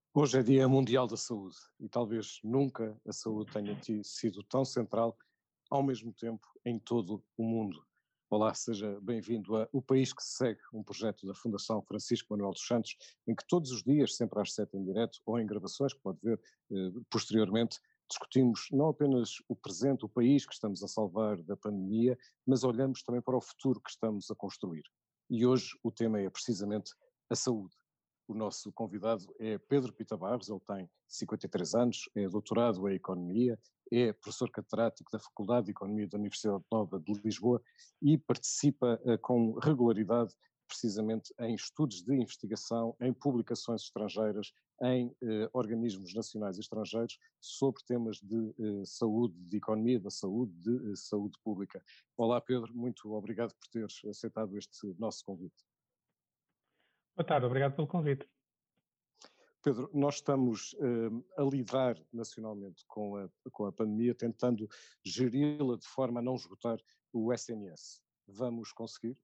Hoje é Dia Mundial da Saúde e talvez nunca a saúde tenha sido tão central ao mesmo tempo em todo o mundo. Olá, seja bem-vindo a O País que se Segue, um projeto da Fundação Francisco Manuel dos Santos, em que todos os dias, sempre às 7 em direto ou em gravações, que pode ver posteriormente, discutimos não apenas o presente, o país que estamos a salvar da pandemia, mas olhamos também para o futuro que estamos a construir. E hoje o tema é precisamente a saúde. O nosso convidado é Pedro Pita Barros, ele tem 53 anos, é doutorado em Economia, é professor catedrático da Faculdade de Economia da Universidade Nova de Lisboa e participa com regularidade precisamente em estudos de investigação, em publicações estrangeiras, em organismos nacionais e estrangeiros sobre temas de saúde, de economia da saúde, de saúde pública. Olá Pedro, muito obrigado por teres aceitado este nosso convite. Boa tarde, obrigado pelo convite. Pedro, nós estamos a lidar nacionalmente com a pandemia, tentando geri-la de forma a não esgotar o SNS. Vamos conseguir?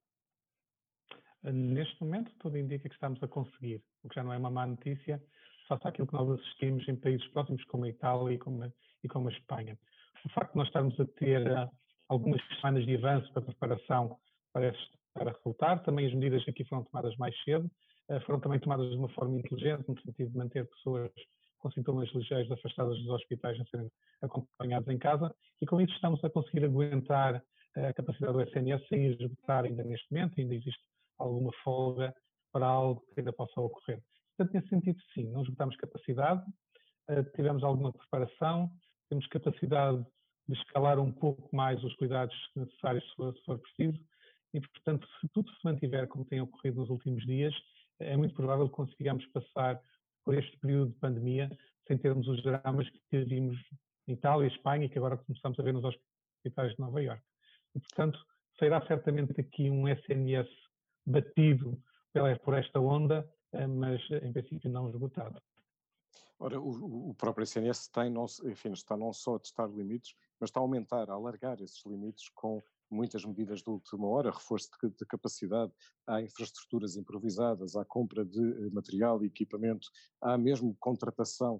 Neste momento, tudo indica que estamos a conseguir, o que já não é uma má notícia, face àquilo que nós assistimos em países próximos como a Itália e como a Espanha. O facto de nós estarmos a ter algumas semanas de avanço para preparação parece estar a resultar. Também as medidas aqui foram tomadas mais cedo, foram também tomadas de uma forma inteligente, no sentido de manter pessoas com sintomas ligeiros afastadas dos hospitais a serem acompanhadas em casa, e com isso estamos a conseguir aguentar a capacidade do SNS sem esgotar ainda neste momento, ainda existe alguma folga para algo que ainda possa ocorrer. Portanto, nesse sentido, sim, não esgotamos capacidade, tivemos alguma preparação, temos capacidade de escalar um pouco mais os cuidados necessários se for preciso, e, portanto, se tudo se mantiver como tem ocorrido nos últimos dias, é muito provável que consigamos passar por este período de pandemia sem termos os dramas que vimos em Itália e Espanha e que agora começamos a ver nos hospitais de Nova Iorque. E, portanto, sairá certamente aqui um SNS batido por esta onda, mas em princípio não esgotado. Ora, o próprio SNS está não só a testar limites, mas está a aumentar, a alargar esses limites com muitas medidas de última hora, reforço de capacidade, há infraestruturas improvisadas, há compra de material e equipamento, há mesmo contratação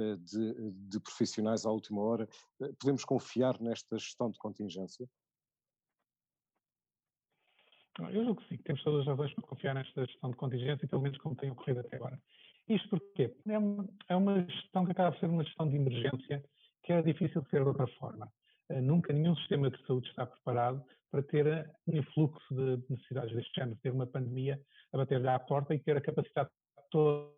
de profissionais à última hora. Podemos confiar nesta gestão de contingência? Eu julgo que sim, temos todas as razões para confiar nesta gestão de contingência, pelo menos como tem ocorrido até agora. Isto porque é uma gestão que acaba por ser uma gestão de emergência que é difícil de ser de outra forma. Nunca nenhum sistema de saúde está preparado para ter um influxo de necessidades deste género, ter uma pandemia a bater-lhe à porta e ter a capacidade toda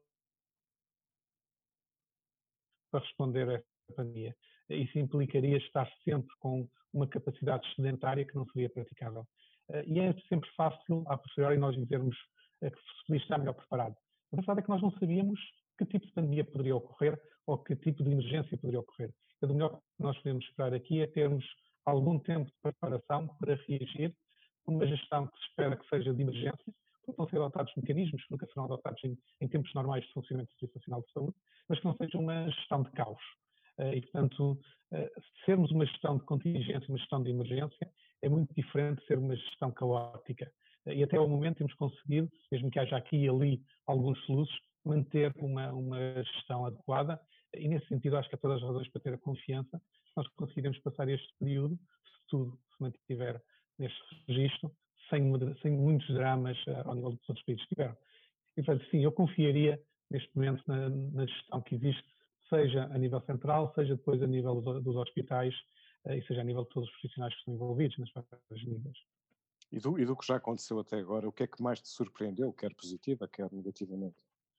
para responder a esta pandemia. Isso implicaria estar sempre com uma capacidade sedentária que não seria praticável. E é sempre fácil, a posteriori, nós dizermos que se podia estar melhor preparado. Mas a verdade é que nós não sabíamos que tipo de pandemia poderia ocorrer ou que tipo de emergência poderia ocorrer. O melhor que nós podemos esperar aqui é termos algum tempo de preparação para reagir a uma gestão que se espera que seja de emergência, porque vão ser adotados mecanismos que nunca serão adotados em tempos normais de funcionamento do Serviço Nacional de Saúde, mas que não seja uma gestão de caos. E, portanto, sermos uma gestão de contingência, uma gestão de emergência, é muito diferente de ser uma gestão caótica. E até ao momento temos conseguido, mesmo que haja aqui e ali alguns soluços, manter uma gestão adequada, e nesse sentido acho que há todas as razões para ter a confiança que nós conseguiremos passar este período, se tudo se mantiver neste registro, sem muitos dramas ao nível dos outros países que tiveram. E, portanto, sim, eu confiaria neste momento na gestão que existe, seja a nível central, seja depois a nível dos hospitais e seja a nível de todos os profissionais que estão envolvidos nas várias medidas. E do que já aconteceu até agora, o que é que mais te surpreendeu, quer positiva, quer negativamente?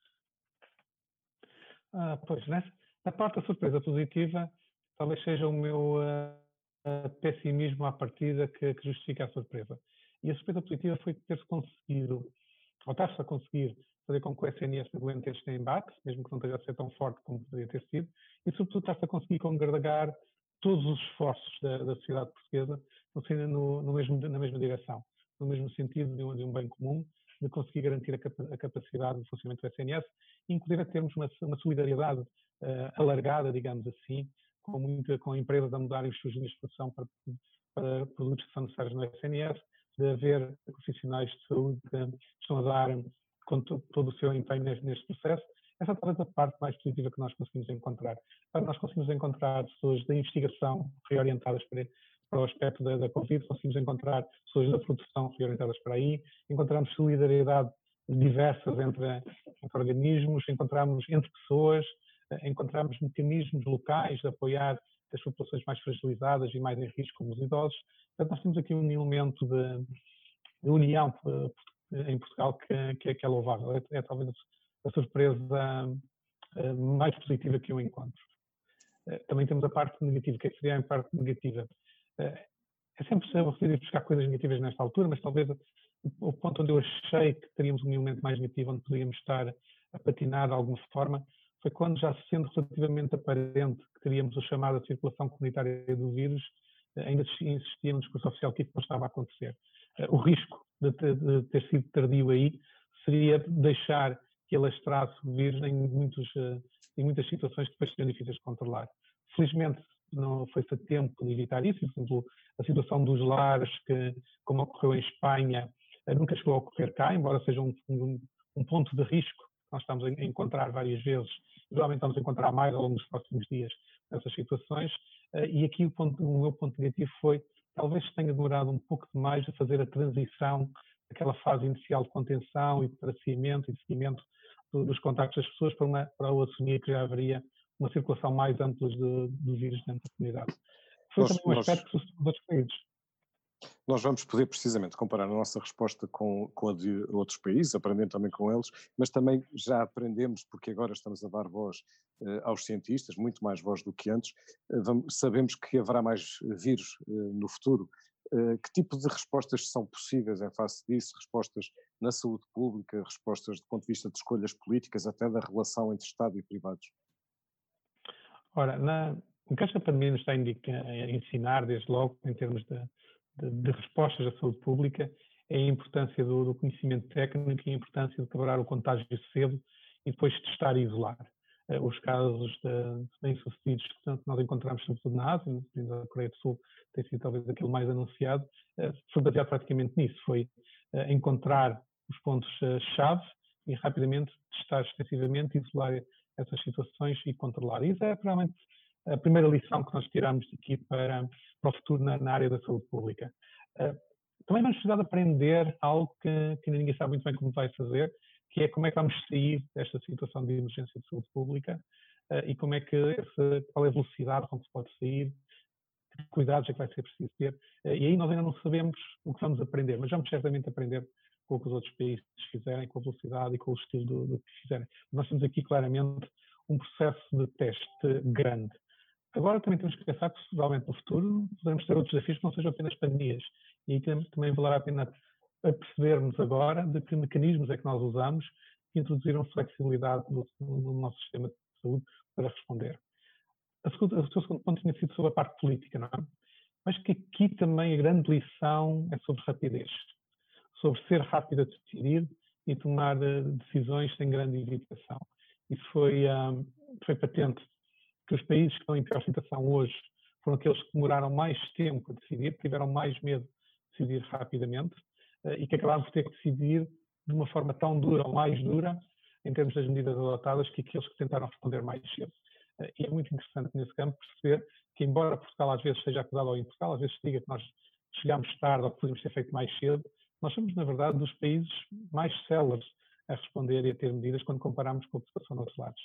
Pois, na parte da surpresa positiva, talvez seja o meu pessimismo à partida que justifica a surpresa. E a surpresa positiva foi ter-se conseguido, ou estar-se a conseguir, fazer com que o SNS aguente este embate, mesmo que não esteja a ser tão forte como poderia ter sido, e sobretudo estar-se a conseguir congregar todos os esforços da sociedade portuguesa na mesma direção, no mesmo sentido de um bem comum, de conseguir garantir a capacidade de funcionamento do SNS, e inclusive a termos uma solidariedade alargada, digamos assim, com empresas a mudarem os seus linhas de produção para produtos que são necessários no SNS, de haver profissionais de saúde que estão a dar com todo o seu empenho neste processo, Essa é talvez a parte mais positiva que nós conseguimos encontrar. Nós conseguimos encontrar pessoas da investigação reorientadas para o aspecto da Covid, conseguimos encontrar pessoas da produção reorientadas para aí, encontramos solidariedade diversas entre organismos, encontramos entre pessoas, encontramos mecanismos locais de apoiar as populações mais fragilizadas e mais em risco, como os idosos. Portanto, nós temos aqui um elemento de união em Portugal que é louvável. É talvez a surpresa mais positiva que eu encontro. Também temos a parte negativa. O que seria a parte negativa? É sempre possível ir buscar coisas negativas nesta altura, mas talvez o ponto onde eu achei que teríamos um elemento mais negativo, onde podíamos estar a patinar de alguma forma, foi quando, já sendo relativamente aparente que teríamos a chamada circulação comunitária do vírus, ainda insistia no discurso oficial que isso não estava a acontecer. O risco de ter sido tardio aí seria deixar que ele alastrasse o vírus em muitas situações que depois seriam difíceis de controlar. Felizmente, não foi-se a tempo de evitar isso. Por exemplo, a situação dos lares, que, como ocorreu em Espanha, nunca chegou a ocorrer cá, embora seja um ponto de risco que nós estamos a encontrar várias vezes. Geralmente vamos encontrar mais ao longo dos próximos dias nessas situações. E aqui o meu ponto negativo foi, talvez tenha demorado um pouco demais a fazer a transição daquela fase inicial de contenção e de traceamento e de seguimento dos contactos das pessoas para o assumir que já haveria uma circulação mais ampla do vírus dentro da comunidade. Foi também um aspecto que sucedeu nos outros países. Nós vamos poder precisamente comparar a nossa resposta com a de outros países, aprendendo também com eles, mas também já aprendemos, porque agora estamos a dar voz aos cientistas, muito mais voz do que antes, sabemos que haverá mais vírus no futuro. Que tipo de respostas são possíveis em face disso? Respostas na saúde pública, respostas do ponto de vista de escolhas políticas, até da relação entre Estado e privados? Ora, o que esta pandemia nos está a ensinar, desde logo, em termos de respostas à saúde pública, é a importância do conhecimento técnico e a importância de quebrar o contágio cedo e depois testar e isolar. Os casos bem-sucedidos que nós encontramos, sobretudo na Ásia, na Coreia do Sul, tem sido talvez aquele mais anunciado, foi baseado praticamente nisso, foi encontrar os pontos-chave e rapidamente testar extensivamente, isolar essas situações e controlar. Isso é realmente a primeira lição que nós tiramos aqui para o futuro na área da saúde pública. Também vamos precisar de aprender algo que ainda ninguém sabe muito bem como vai fazer, que é como é que vamos sair desta situação de emergência de saúde pública e qual é a velocidade com que se pode sair, que cuidados é que vai ser preciso ter. E aí nós ainda não sabemos o que vamos aprender, mas vamos certamente aprender com o que os outros países fizerem, com a velocidade e com o estilo do que fizerem. Nós temos aqui claramente um processo de teste grande. Agora também temos que pensar que, provavelmente no futuro, podemos ter outros desafios que não sejam apenas pandemias. E aí também valerá a pena percebermos agora de que mecanismos é que nós usamos que introduziram flexibilidade no nosso sistema de saúde para responder. O seu segundo ponto tinha sido sobre a parte política, não é? Mas que aqui também a grande lição é sobre rapidez. Sobre ser rápido a decidir e tomar decisões sem grande hesitação. Isso foi patente que os países que estão em pior situação hoje foram aqueles que demoraram mais tempo a decidir, tiveram mais medo de decidir rapidamente e que acabaram por ter que decidir de uma forma tão dura ou mais dura em termos das medidas adotadas que aqueles que tentaram responder mais cedo. E é muito interessante nesse campo perceber que, embora Portugal às vezes seja acusado, ou em Portugal às vezes se diga que nós chegámos tarde ou que podíamos ter feito mais cedo, nós somos, na verdade, dos países mais céleres a responder e a ter medidas quando comparamos com a situação de outros lados.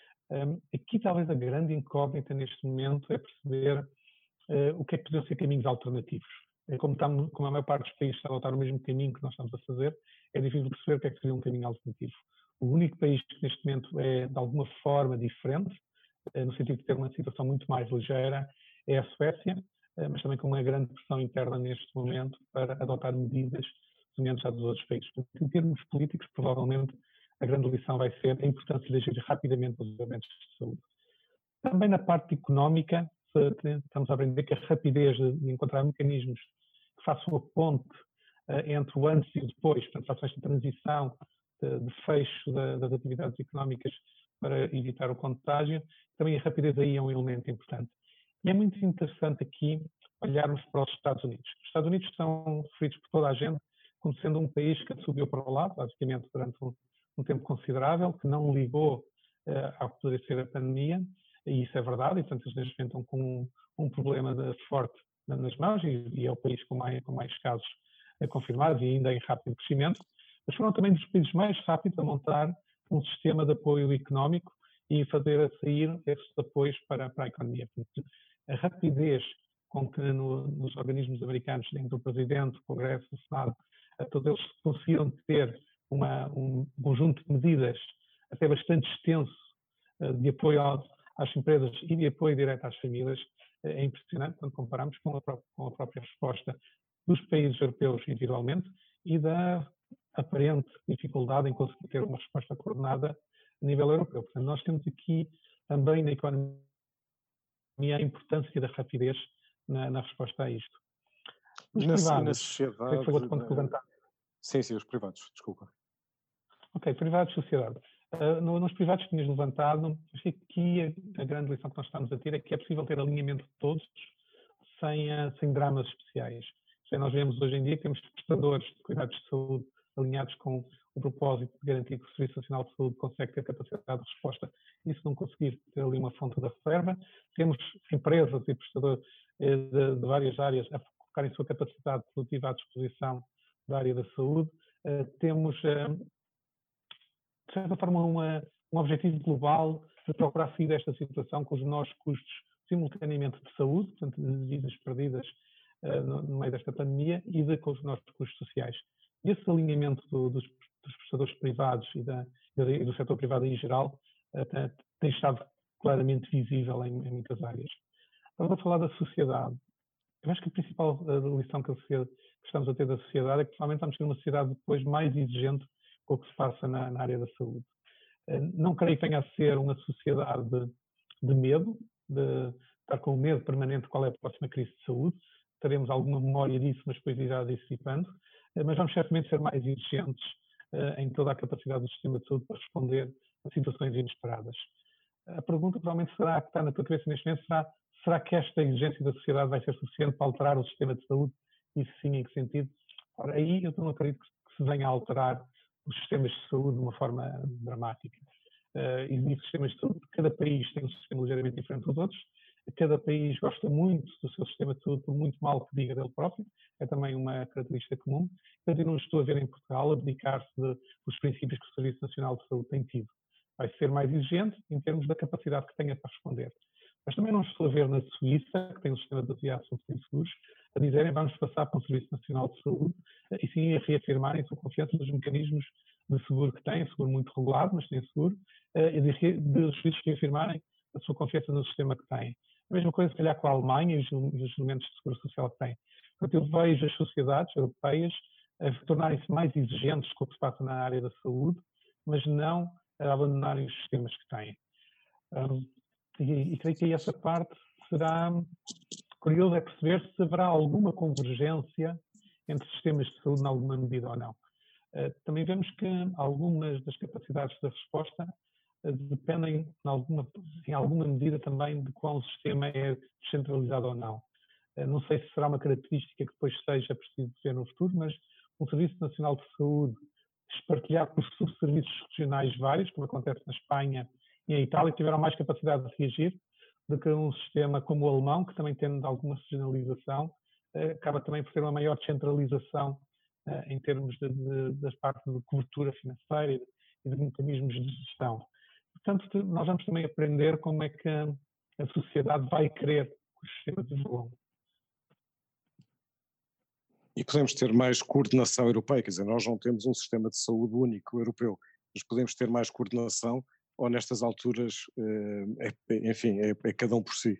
Aqui talvez a grande incógnita neste momento é perceber o que é que poderiam ser caminhos alternativos. Como a maior parte dos países está a adotar o mesmo caminho que nós estamos a fazer, é difícil perceber o que é que seria um caminho alternativo. O único país que neste momento é de alguma forma diferente, no sentido de ter uma situação muito mais ligeira, é a Suécia, mas também com uma grande pressão interna neste momento para adotar medidas semelhantes às dos outros países. Em termos políticos, provavelmente a grande lição vai ser a importância de agir rapidamente nos eventos de saúde. Também na parte económica, estamos a aprender que a rapidez de encontrar mecanismos que façam a ponte entre o antes e o depois, portanto, façam esta transição de fecho das atividades económicas para evitar o contágio, também a rapidez aí é um elemento importante. E é muito interessante aqui olharmos para os Estados Unidos. Os Estados Unidos são referidos por toda a gente como sendo um país que subiu para o lado, basicamente durante um tempo considerável, que não ligou ao que poderia ser a pandemia, e isso é verdade, e portanto eles neste momento estão com um problema forte nas mãos, e é o país com mais casos confirmados e ainda em rápido crescimento, mas foram também dos países mais rápidos a montar um sistema de apoio económico e fazer sair esses apoios para a economia. Portanto, a rapidez com que nos organismos americanos, dentro do Presidente, do Congresso, do Senado, todos eles conseguiram ter um conjunto de medidas até bastante extenso de apoio às empresas e de apoio direto às famílias, é impressionante quando comparamos com a própria resposta dos países europeus individualmente e da aparente dificuldade em conseguir ter uma resposta coordenada a nível europeu. Portanto, nós temos aqui também na economia a importância da rapidez na resposta a isto. Os privados, na sociedade, foi outro ponto que levantado. Sim, os privados, desculpa. Ok, privados, sociedade. Nos privados que tinhas levantado, acho que aqui a grande lição que nós estamos a ter é que é possível ter alinhamento de todos sem dramas especiais. Nós vemos hoje em dia que temos prestadores de cuidados de saúde alinhados com o propósito de garantir que o Serviço Nacional de Saúde consegue ter capacidade de resposta e se não conseguir ter ali uma fonte da reserva. Temos empresas e prestadores de várias áreas a colocarem a sua capacidade produtiva à disposição da área da saúde. Temos, de certa forma, um objetivo global de procurar sair desta situação com os menores custos simultaneamente de saúde, portanto, de vidas perdidas no meio desta pandemia e com os nossos custos sociais. Esse alinhamento dos prestadores privados e do setor privado em geral tem estado claramente visível em muitas áreas. Estamos a falar da sociedade. Eu acho que a principal lição que estamos a ter da sociedade é que provavelmente vamos ter uma sociedade depois mais exigente com o que se passa na área da saúde. Não creio que venha a ser uma sociedade de medo, de estar com o medo permanente de qual é a próxima crise de saúde. Teremos alguma memória disso, mas depois irá dissipando. Mas vamos certamente ser mais exigentes em toda a capacidade do sistema de saúde para responder a situações inesperadas. A pergunta provavelmente será, que está na tua cabeça neste momento, será que esta exigência da sociedade vai ser suficiente para alterar o sistema de saúde? E se sim, em que sentido? Ora, aí eu não acredito que se venha a alterar os sistemas de saúde de uma forma dramática. Existem sistemas de saúde, cada país tem um sistema ligeiramente diferente dos outros, cada país gosta muito do seu sistema de saúde, por muito mal que diga dele próprio, é também uma característica comum. Eu não estou a ver em Portugal abdicar-se dos princípios que o Serviço Nacional de Saúde tem tido. Vai ser mais exigente em termos da capacidade que tenha para responder. Mas também não estou a ver na Suíça, que tem um sistema baseado sobre seguros, a dizerem vamos passar para um Serviço Nacional de Saúde e sim a reafirmarem a sua confiança nos mecanismos de seguro que têm, seguro muito regulado, mas tem seguro, e dos suíços reafirmarem a sua confiança no sistema que têm. A mesma coisa, se calhar, com a Alemanha e os elementos de seguro social que têm. Portanto, eu vejo as sociedades europeias a tornarem-se mais exigentes com o que se passa na área da saúde, mas não a abandonarem os sistemas que têm. E creio que aí essa parte será curioso perceber se haverá alguma convergência entre sistemas de saúde, em alguma medida ou não. Também vemos que algumas das capacidades da resposta dependem, em alguma medida, também de qual sistema é descentralizado ou não. Não sei se será uma característica que depois seja preciso ver no futuro, mas um Serviço Nacional de Saúde espartilhado por subserviços regionais vários, como acontece na Espanha e em Itália, tiveram mais capacidade de reagir do que um sistema como o alemão, que também tem alguma regionalização, acaba também por ter uma maior descentralização em termos das partes de cobertura financeira e de mecanismos de gestão. Portanto, nós vamos também aprender como é que a sociedade vai querer que os sistemas evoluam. E podemos ter mais coordenação europeia, quer dizer, nós não temos um sistema de saúde único europeu, mas podemos ter mais coordenação ou nestas alturas, enfim, é cada um por si?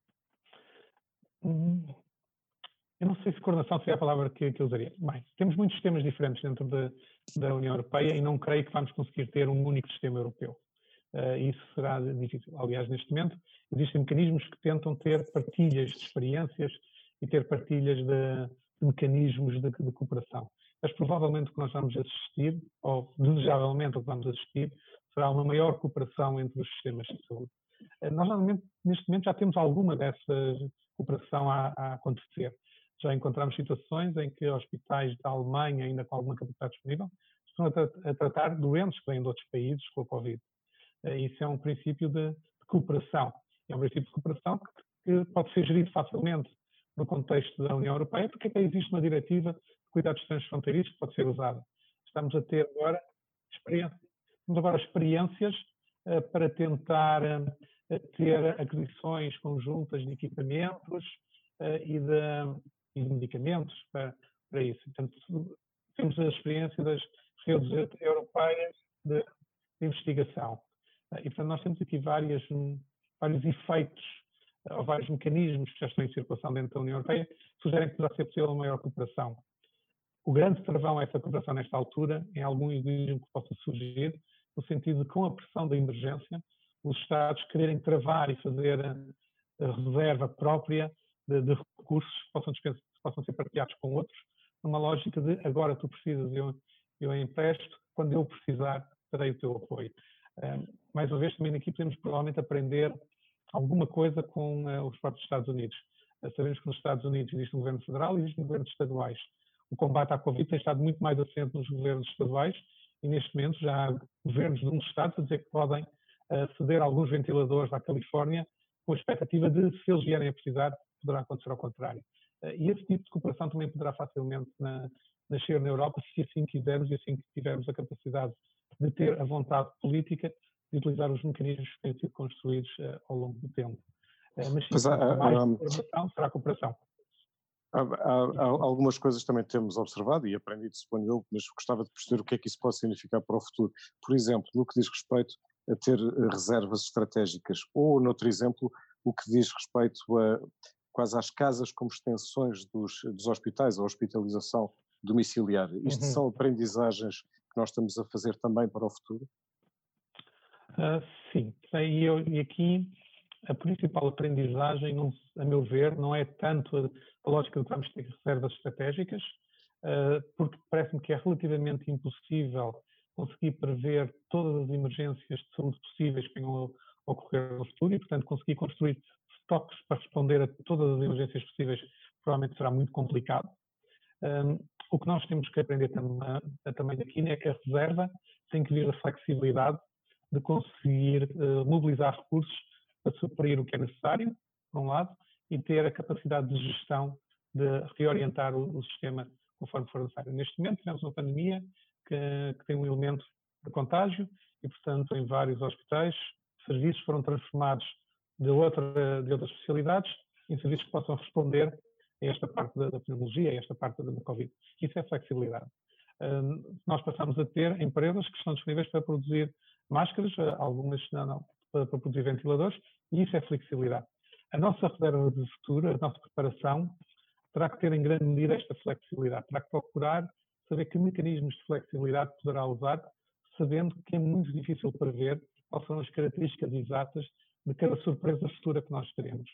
Eu não sei se coordenação seria a palavra que eu usaria. Bem, temos muitos sistemas diferentes dentro da União Europeia e não creio que vamos conseguir ter um único sistema europeu. Isso será difícil. Aliás, neste momento, existem mecanismos que tentam ter partilhas de experiências e ter partilhas de mecanismos de cooperação. Mas provavelmente o que nós vamos assistir, ou desejavelmente o que vamos assistir, será uma maior cooperação entre os sistemas de saúde. Nós, neste momento, já temos alguma dessa cooperação a acontecer. Já encontramos situações em que hospitais da Alemanha, ainda com alguma capacidade disponível, estão a tratar doentes que vêm de outros países com a Covid. Isso é um princípio de cooperação. É um princípio de cooperação que pode ser gerido facilmente no contexto da União Europeia, porque até existe uma diretiva de cuidados transfronteiriços que pode ser usada. Estamos a ter agora experiências para tentar ter aquisições conjuntas de equipamentos e de medicamentos para isso. Portanto, temos a experiência das redes europeias de investigação. E, portanto, nós temos aqui vários efeitos, ou vários mecanismos que já estão em circulação dentro da União Europeia, que sugerem que poderá ser possível uma maior cooperação. O grande travão a essa cooperação nesta altura é algum egoísmo que possa surgir, no sentido de, com a pressão da emergência, os Estados quererem travar e fazer a reserva própria de recursos que possam ser partilhados com outros, numa lógica de agora tu precisas, eu empresto, quando eu precisar, darei o teu apoio. Mais uma vez, também aqui podemos provavelmente aprender alguma coisa com os próprios Estados Unidos. Sabemos que nos Estados Unidos existe um governo federal e existem governos estaduais. O combate à Covid tem estado muito mais assente nos governos estaduais e, neste momento, já há governos de uns estados a dizer que podem ceder alguns ventiladores à Califórnia com a expectativa de, se eles vierem a precisar, poderá acontecer ao contrário. E esse tipo de cooperação também poderá facilmente nascer na Europa, se assim quisermos e assim que tivermos a capacidade de ter a vontade política de utilizar os mecanismos que têm sido construídos ao longo do tempo. Mas sim, mais cooperação será cooperação. Há algumas coisas também temos observado e aprendido, suponho eu, mas gostava de perceber o que é que isso pode significar para o futuro. Por exemplo, no que diz respeito a ter reservas estratégicas, ou, noutro exemplo, o que diz respeito a quase às casas como extensões dos hospitais, a hospitalização domiciliar. Isto são aprendizagens que nós estamos a fazer também para o futuro? Sim, e aqui a principal aprendizagem, a meu ver, não é tanto a lógica de que vamos ter reservas estratégicas, porque parece-me que é relativamente impossível conseguir prever todas as emergências de saúde possíveis que venham a ocorrer no futuro e, portanto, conseguir construir estoques para responder a todas as emergências possíveis provavelmente será muito complicado. O que nós temos que aprender também aqui é que a reserva tem que vir da flexibilidade de conseguir mobilizar recursos para suprir o que é necessário, por um lado, e ter a capacidade de gestão de reorientar o sistema conforme for necessário. Neste momento tivemos uma pandemia que tem um elemento de contágio e, portanto, em vários hospitais, serviços foram transformados de outras especialidades em serviços que possam responder a esta parte da pneumologia, a esta parte da Covid. Isso é flexibilidade. Nós passamos a ter empresas que estão disponíveis para produzir máscaras, algumas não, para produzir ventiladores, e isso é flexibilidade. A nossa reserva de futuro, a nossa preparação, terá que ter em grande medida esta flexibilidade, terá que procurar saber que mecanismos de flexibilidade poderá usar, sabendo que é muito difícil prever quais são as características exatas de cada surpresa futura que nós teremos.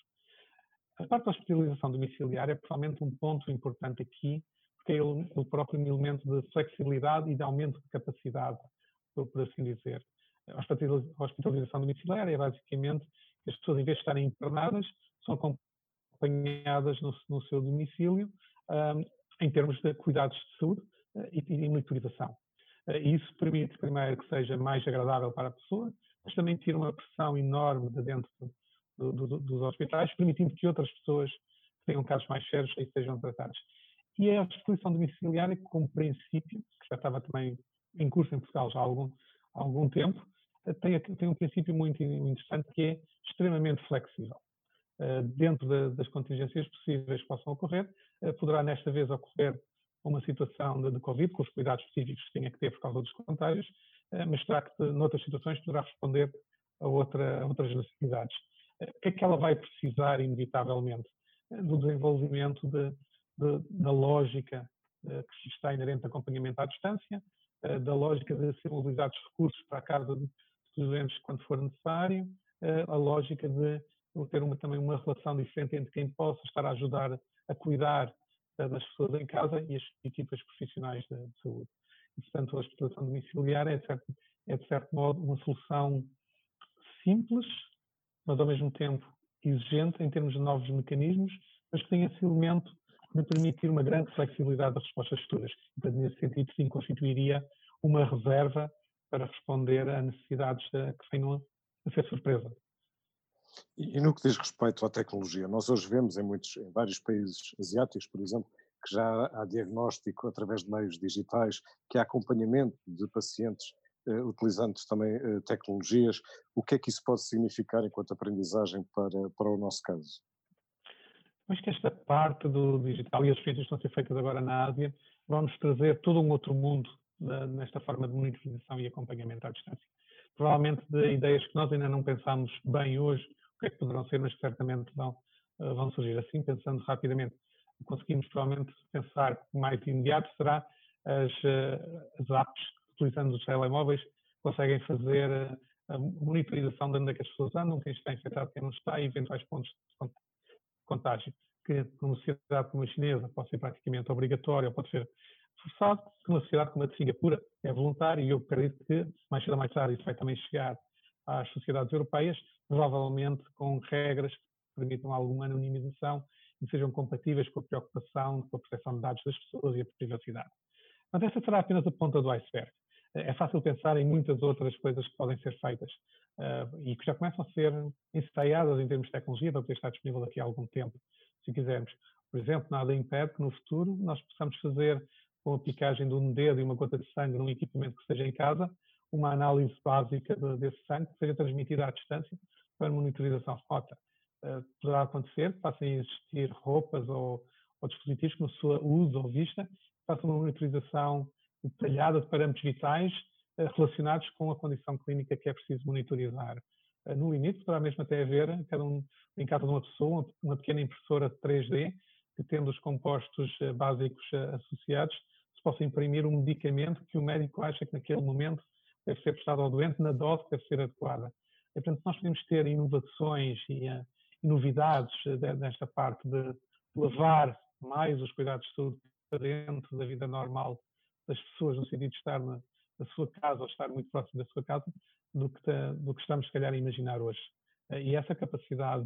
A parte da hospitalização domiciliar é provavelmente um ponto importante aqui, porque é o próprio elemento de flexibilidade e de aumento de capacidade, por assim dizer. A hospitalização domiciliar é basicamente que as pessoas, em vez de estarem internadas, são acompanhadas no seu domicílio em termos de cuidados de saúde e monitorização. Isso permite, primeiro, que seja mais agradável para a pessoa, mas também tira uma pressão enorme de dentro dos hospitais, permitindo que outras pessoas que tenham casos mais sérios sejam tratadas. E a hospitalização domiciliar, como princípio, que já estava também em curso em Portugal já há algum tempo, tem um princípio muito interessante que é extremamente flexível. Dentro das contingências possíveis que possam ocorrer, poderá nesta vez ocorrer uma situação de Covid, com os cuidados específicos que tenha que ter por causa dos contágios, mas terá que, noutras situações, poderá responder a outras necessidades. O que é que ela vai precisar, inevitavelmente? Do desenvolvimento da lógica que está inerente ao acompanhamento à distância, da lógica de ser mobilizados recursos para a casa dos doentes quando for necessário, a lógica de ter também uma relação diferente entre quem possa estar a ajudar a cuidar das pessoas em casa e as equipas profissionais de saúde. E, portanto, a hospitalização domiciliar é, de certo modo, uma solução simples, mas ao mesmo tempo exigente em termos de novos mecanismos, mas que tem esse elemento de permitir uma grande flexibilidade das respostas futuras. Portanto, nesse sentido, sim, constituiria uma reserva para responder a necessidades que venham a ser surpresa. E no que diz respeito à tecnologia, nós hoje vemos em vários países asiáticos, por exemplo, que já há diagnóstico através de meios digitais, que há acompanhamento de pacientes utilizando também tecnologias. O que é que isso pode significar enquanto aprendizagem para o nosso caso? Acho que esta parte do digital e as experiências que estão a ser feitas agora na Ásia vão-nos trazer todo um outro mundo nesta forma de monitorização e acompanhamento à distância. Provavelmente de ideias que nós ainda não pensámos bem hoje, o que é que poderão ser, mas certamente vão surgir. Assim, pensando rapidamente, conseguimos provavelmente pensar que o mais imediato será as apps, utilizando os telemóveis, conseguem fazer a monitorização de onde é que as pessoas andam, quem está infectado, quem não está, e eventuais pontos de contágio, que numa sociedade como a chinesa pode ser praticamente obrigatório, ou pode ser forçado, que numa sociedade como a de Singapura é voluntário, e eu acredito que mais cedo ou mais tarde isso vai também chegar às sociedades europeias, provavelmente com regras que permitam alguma anonimização e sejam compatíveis com a preocupação com a proteção de dados das pessoas e a privacidade. Mas essa será apenas a ponta do iceberg. É fácil pensar em muitas outras coisas que podem ser feitas e que já começam a ser ensaiadas em termos de tecnologia para poder estar disponível daqui a algum tempo, se quisermos. Por exemplo, nada impede que no futuro nós possamos fazer, com a aplicagem de um dedo e uma gota de sangue num equipamento que esteja em casa, uma análise básica desse sangue que seja transmitida à distância para monitorização remota. Poderá acontecer que passem a existir roupas ou dispositivos que, na sua uso ou vista, façam uma monitorização detalhada de parâmetros vitais relacionados com a condição clínica que é preciso monitorizar. No limite, poderá mesmo até haver, em casa de uma pessoa, uma pequena impressora 3D, que tendo os compostos básicos associados, se possa imprimir um medicamento que o médico acha que naquele momento deve ser prestado ao doente na dose que deve ser adequada. E, portanto, nós podemos ter inovações e novidades nesta parte de levar mais os cuidados de saúde para dentro da vida normal das pessoas, no sentido de estar na sua casa ou estar muito próximo da sua casa, do que estamos, se calhar, a imaginar hoje. E essa capacidade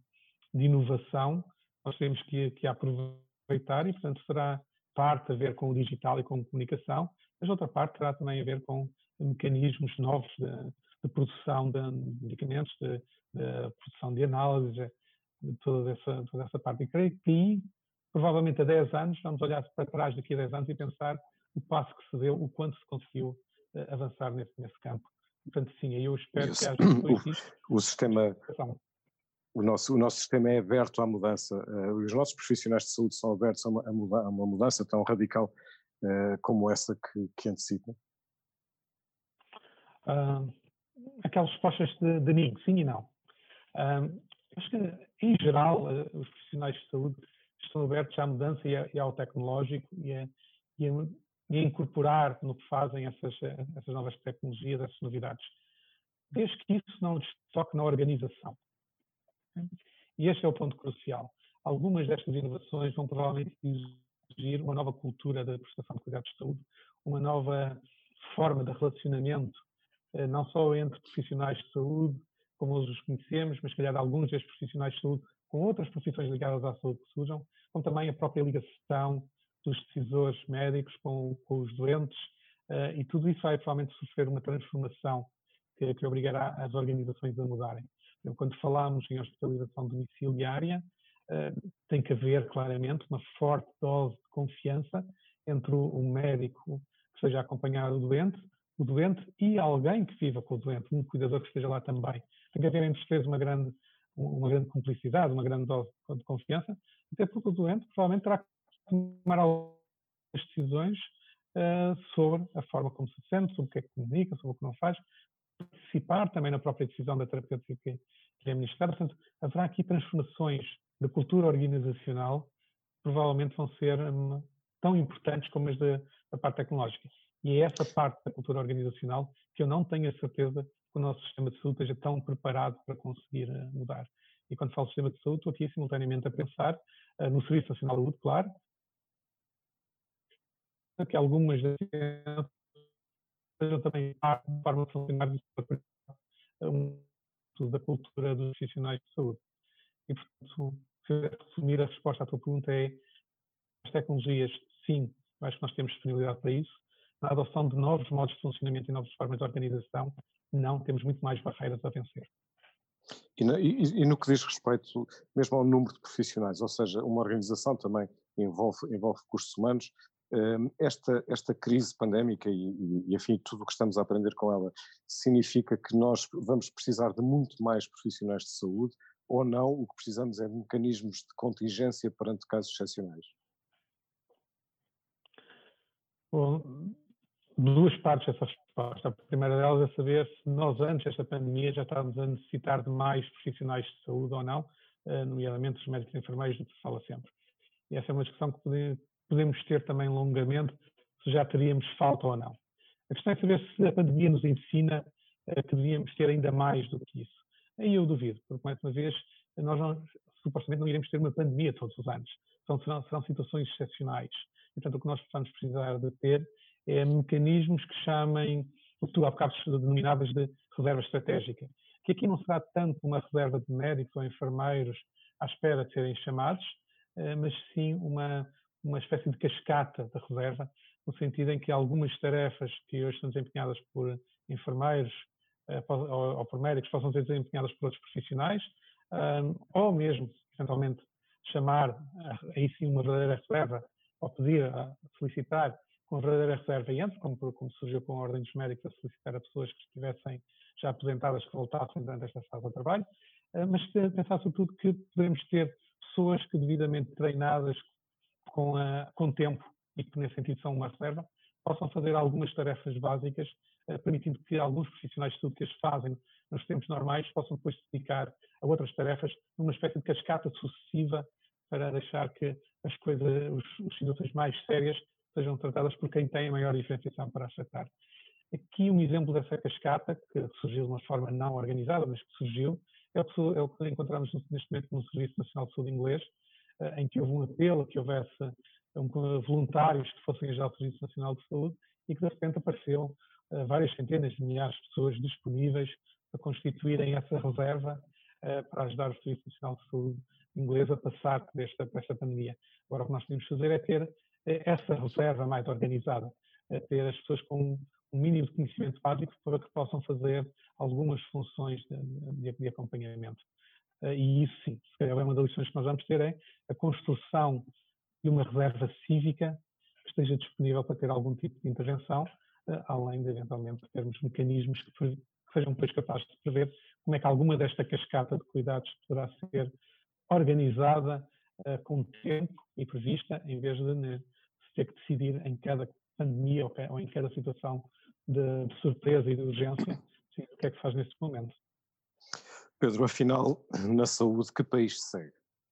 de inovação nós temos que aproveitar e, portanto, será parte a ver com o digital e com a comunicação, mas outra parte terá também a ver com mecanismos novos de produção de medicamentos, de produção de análise, de toda essa parte. E creio que aí, provavelmente a 10 anos, vamos olhar para trás daqui a 10 anos e pensar o passo que se deu, o quanto se conseguiu avançar nesse campo. Portanto, sim, eu espero que haja depois disto. O nosso sistema é aberto à mudança. Os nossos profissionais de saúde são abertos a uma mudança tão radical como essa que antecipa? Aquelas respostas de amigo, sim e não. Acho que, em geral, os profissionais de saúde estão abertos à mudança e ao tecnológico e a incorporar no que fazem essas novas tecnologias, essas novidades, desde que isso não lhes toque na organização. E este é o ponto crucial. Algumas destas inovações vão provavelmente exigir uma nova cultura da prestação de cuidados de saúde, uma nova forma de relacionamento, não só entre profissionais de saúde, como os conhecemos, mas, se calhar, alguns destes profissionais de saúde com outras profissões ligadas à saúde que surjam, como também a própria ligação dos decisores médicos com os doentes, e tudo isso vai provavelmente sofrer uma transformação que obrigará as organizações a mudarem. Então, quando falamos em hospitalização domiciliária, tem que haver claramente uma forte dose de confiança entre o médico que esteja a acompanhar o doente e alguém que viva com o doente, um cuidador que esteja lá também. Tem que haver entre os três uma grande cumplicidade, uma grande dose de confiança, até porque o doente provavelmente terá que tomar algumas decisões sobre a forma como se sente, sobre o que é que comunica, sobre o que não faz, participar também na própria decisão da terapêutica que é administrada. Portanto, haverá aqui transformações da cultura organizacional que provavelmente vão ser tão importantes como as da parte tecnológica. E é essa parte da cultura organizacional que eu não tenho a certeza que o nosso sistema de saúde esteja tão preparado para conseguir mudar. E quando falo de sistema de saúde, estou aqui simultaneamente a pensar no Serviço Nacional de Saúde, claro, que algumas das sejam também a forma de funcionar da cultura dos profissionais de saúde. E, portanto, se eu resumir a resposta à tua pergunta é as tecnologias, sim, acho que nós temos disponibilidade para isso, na adoção de novos modos de funcionamento e novas formas de organização, não, temos muito mais barreiras a vencer. E no que diz respeito mesmo ao número de profissionais, ou seja, uma organização também envolve recursos humanos, esta crise pandémica e enfim, tudo o que estamos a aprender com ela, significa que nós vamos precisar de muito mais profissionais de saúde ou não, o que precisamos é de mecanismos de contingência perante casos excepcionais? Bom, duas partes dessa resposta. A primeira delas é saber se nós, antes desta pandemia, já estávamos a necessitar de mais profissionais de saúde ou não, nomeadamente os médicos e enfermeiros, do que se fala sempre. E essa é uma discussão que podemos ter também longamente, se já teríamos falta ou não. A questão é saber se a pandemia nos ensina que devíamos ter ainda mais do que isso. Aí eu duvido, porque, mais uma vez, nós supostamente não iremos ter uma pandemia todos os anos. Serão situações excepcionais. E, portanto, o que nós vamos precisar de ter é mecanismos que chamem, o que tu há bocado denominavas de reserva estratégica. Que aqui não será tanto uma reserva de médicos ou enfermeiros à espera de serem chamados, mas sim uma espécie de cascata de reserva, no sentido em que algumas tarefas que hoje são desempenhadas por enfermeiros ou por médicos possam ser desempenhadas por outros profissionais, ou mesmo, eventualmente, chamar aí sim uma verdadeira reserva, ou pedir, solicitar com a verdadeira reserva e entre, como surgiu com a Ordem dos Médicos, a solicitar a pessoas que estivessem já aposentadas que voltassem durante esta fase de trabalho, mas pensar sobretudo que podemos ter pessoas que devidamente treinadas com tempo e que nesse sentido são uma reserva, possam fazer algumas tarefas básicas, permitindo que alguns profissionais de saúde que as fazem nos tempos normais possam depois se dedicar a outras tarefas numa espécie de cascata sucessiva para deixar que as situações mais sérias sejam tratadas por quem tem a maior diferenciação para as tratar. Aqui um exemplo dessa cascata, que surgiu de uma forma não organizada, mas que surgiu, é o que encontramos neste momento no Serviço Nacional de Saúde Inglês, em que houve um apelo que houvesse voluntários que fossem ajudar o Serviço Nacional de Saúde e que de repente apareceu várias centenas de milhares de pessoas disponíveis para constituírem essa reserva para ajudar o Serviço Nacional de Saúde Inglês a passar por esta pandemia. Agora o que nós podemos fazer é ter essa reserva mais organizada, ter as pessoas com um mínimo de conhecimento básico para que possam fazer algumas funções de acompanhamento. E isso sim, se calhar é uma das lições que nós vamos ter, é a construção de uma reserva cívica que esteja disponível para ter algum tipo de intervenção, além de eventualmente termos mecanismos que sejam depois capazes de prever como é que alguma desta cascata de cuidados poderá ser organizada com tempo e prevista, em vez de se ter que decidir em cada pandemia ou em cada situação de surpresa e de urgência, sim, o que é que faz neste momento. Pedro, afinal, na saúde, que país segue?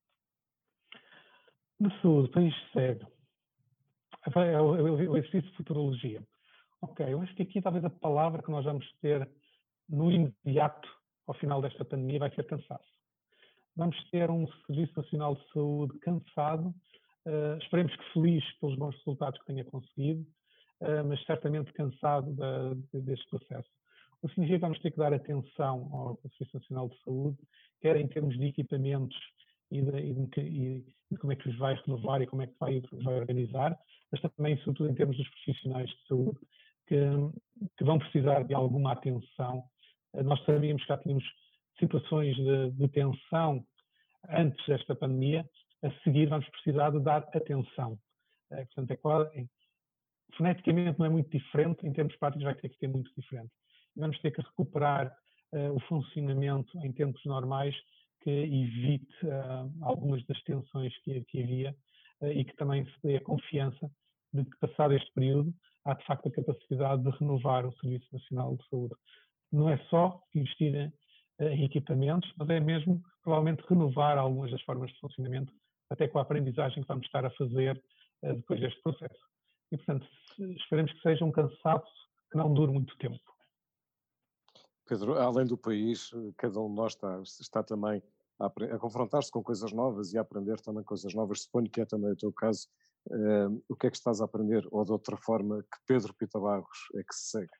Na saúde, país segue. É o exercício de futurologia. Ok, eu acho que aqui talvez a palavra que nós vamos ter no imediato, ao final desta pandemia, vai ser cansaço. Vamos ter um Serviço Nacional de Saúde cansado, esperemos que feliz pelos bons resultados que tenha conseguido, mas certamente cansado deste processo. O que significa que vamos ter que dar atenção ao Serviço Nacional de Saúde, quer em termos de equipamentos e de como é que os vai renovar e como é que vai organizar, mas também, sobretudo, em termos dos profissionais de saúde, que vão precisar de alguma atenção. Nós sabíamos que já tínhamos situações de tensão antes desta pandemia, a seguir vamos precisar de dar atenção. Portanto, foneticamente não é muito diferente, em termos práticos vai ter que ser muito diferente. Vamos ter que recuperar o funcionamento em tempos normais que evite algumas das tensões que havia e que também se dê a confiança de que, passado este período, há de facto a capacidade de renovar o Serviço Nacional de Saúde. Não é só investir em equipamentos, mas é mesmo, provavelmente, renovar algumas das formas de funcionamento, até com a aprendizagem que vamos estar a fazer depois deste processo. E, portanto, esperemos que seja um cansaço que não dure muito tempo. Pedro, além do país, cada um de nós está também a confrontar-se com coisas novas e a aprender também coisas novas. Suponho que é também o teu caso. O que é que estás a aprender, ou de outra forma, que Pedro Pita Barros é que se segue?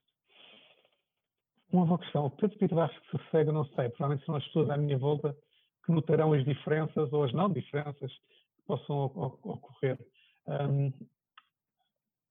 Uma boa questão. O Pedro Pita Barros que se segue, não sei. Provavelmente são as pessoas à minha volta que notarão as diferenças ou as não diferenças que possam ocorrer.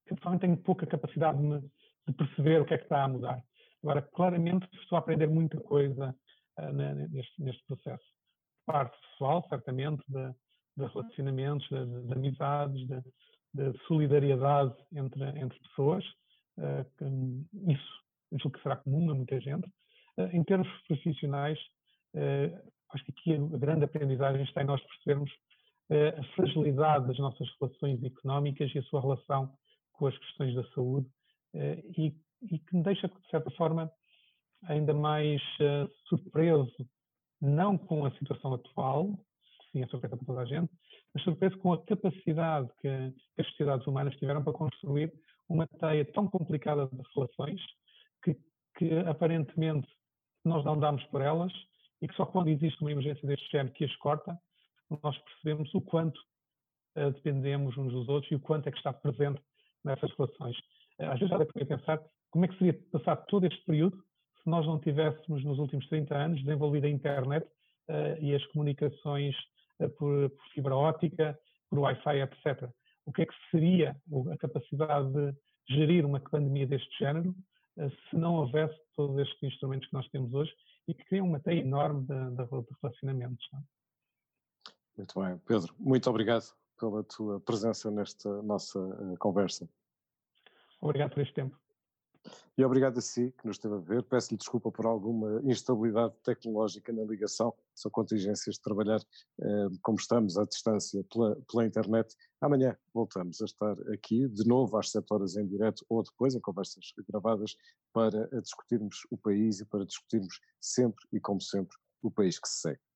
que pessoalmente tenho pouca capacidade de perceber o que é que está a mudar. Agora, claramente, estou a aprender muita coisa neste processo. Parte pessoal, certamente, de relacionamentos, de amizades, de solidariedade entre pessoas. Isso julgo que será comum a muita gente. Em termos profissionais, acho que aqui a grande aprendizagem está em nós percebermos a fragilidade das nossas relações económicas e a sua relação com as questões da saúde, e que me deixa, de certa forma, ainda mais surpreso, não com a situação atual, que sim é surpresa para toda a gente, mas surpreso com a capacidade que as sociedades humanas tiveram para construir uma teia tão complicada de relações que aparentemente nós não damos por elas e que só quando existe uma emergência deste género que as corta, nós percebemos o quanto dependemos uns dos outros e o quanto é que está presente nessas relações. Às vezes já dá para pensar como é que seria passar todo este período se nós não tivéssemos nos últimos 30 anos desenvolvido a internet e as comunicações por fibra óptica, por Wi-Fi, etc. O que é que seria a capacidade de gerir uma pandemia deste género se não houvesse todos estes instrumentos que nós temos hoje e que criam uma teia enorme de relacionamentos. Não é? Muito bem. Pedro, muito obrigado pela tua presença nesta nossa conversa. Obrigado por este tempo. E obrigado a si que nos esteve a ver. Peço-lhe desculpa por alguma instabilidade tecnológica na ligação. São contingências de trabalhar como estamos à distância pela internet. Amanhã voltamos a estar aqui de novo às 7 horas em direto ou depois em conversas gravadas para discutirmos o país e para discutirmos sempre e como sempre o país que se segue.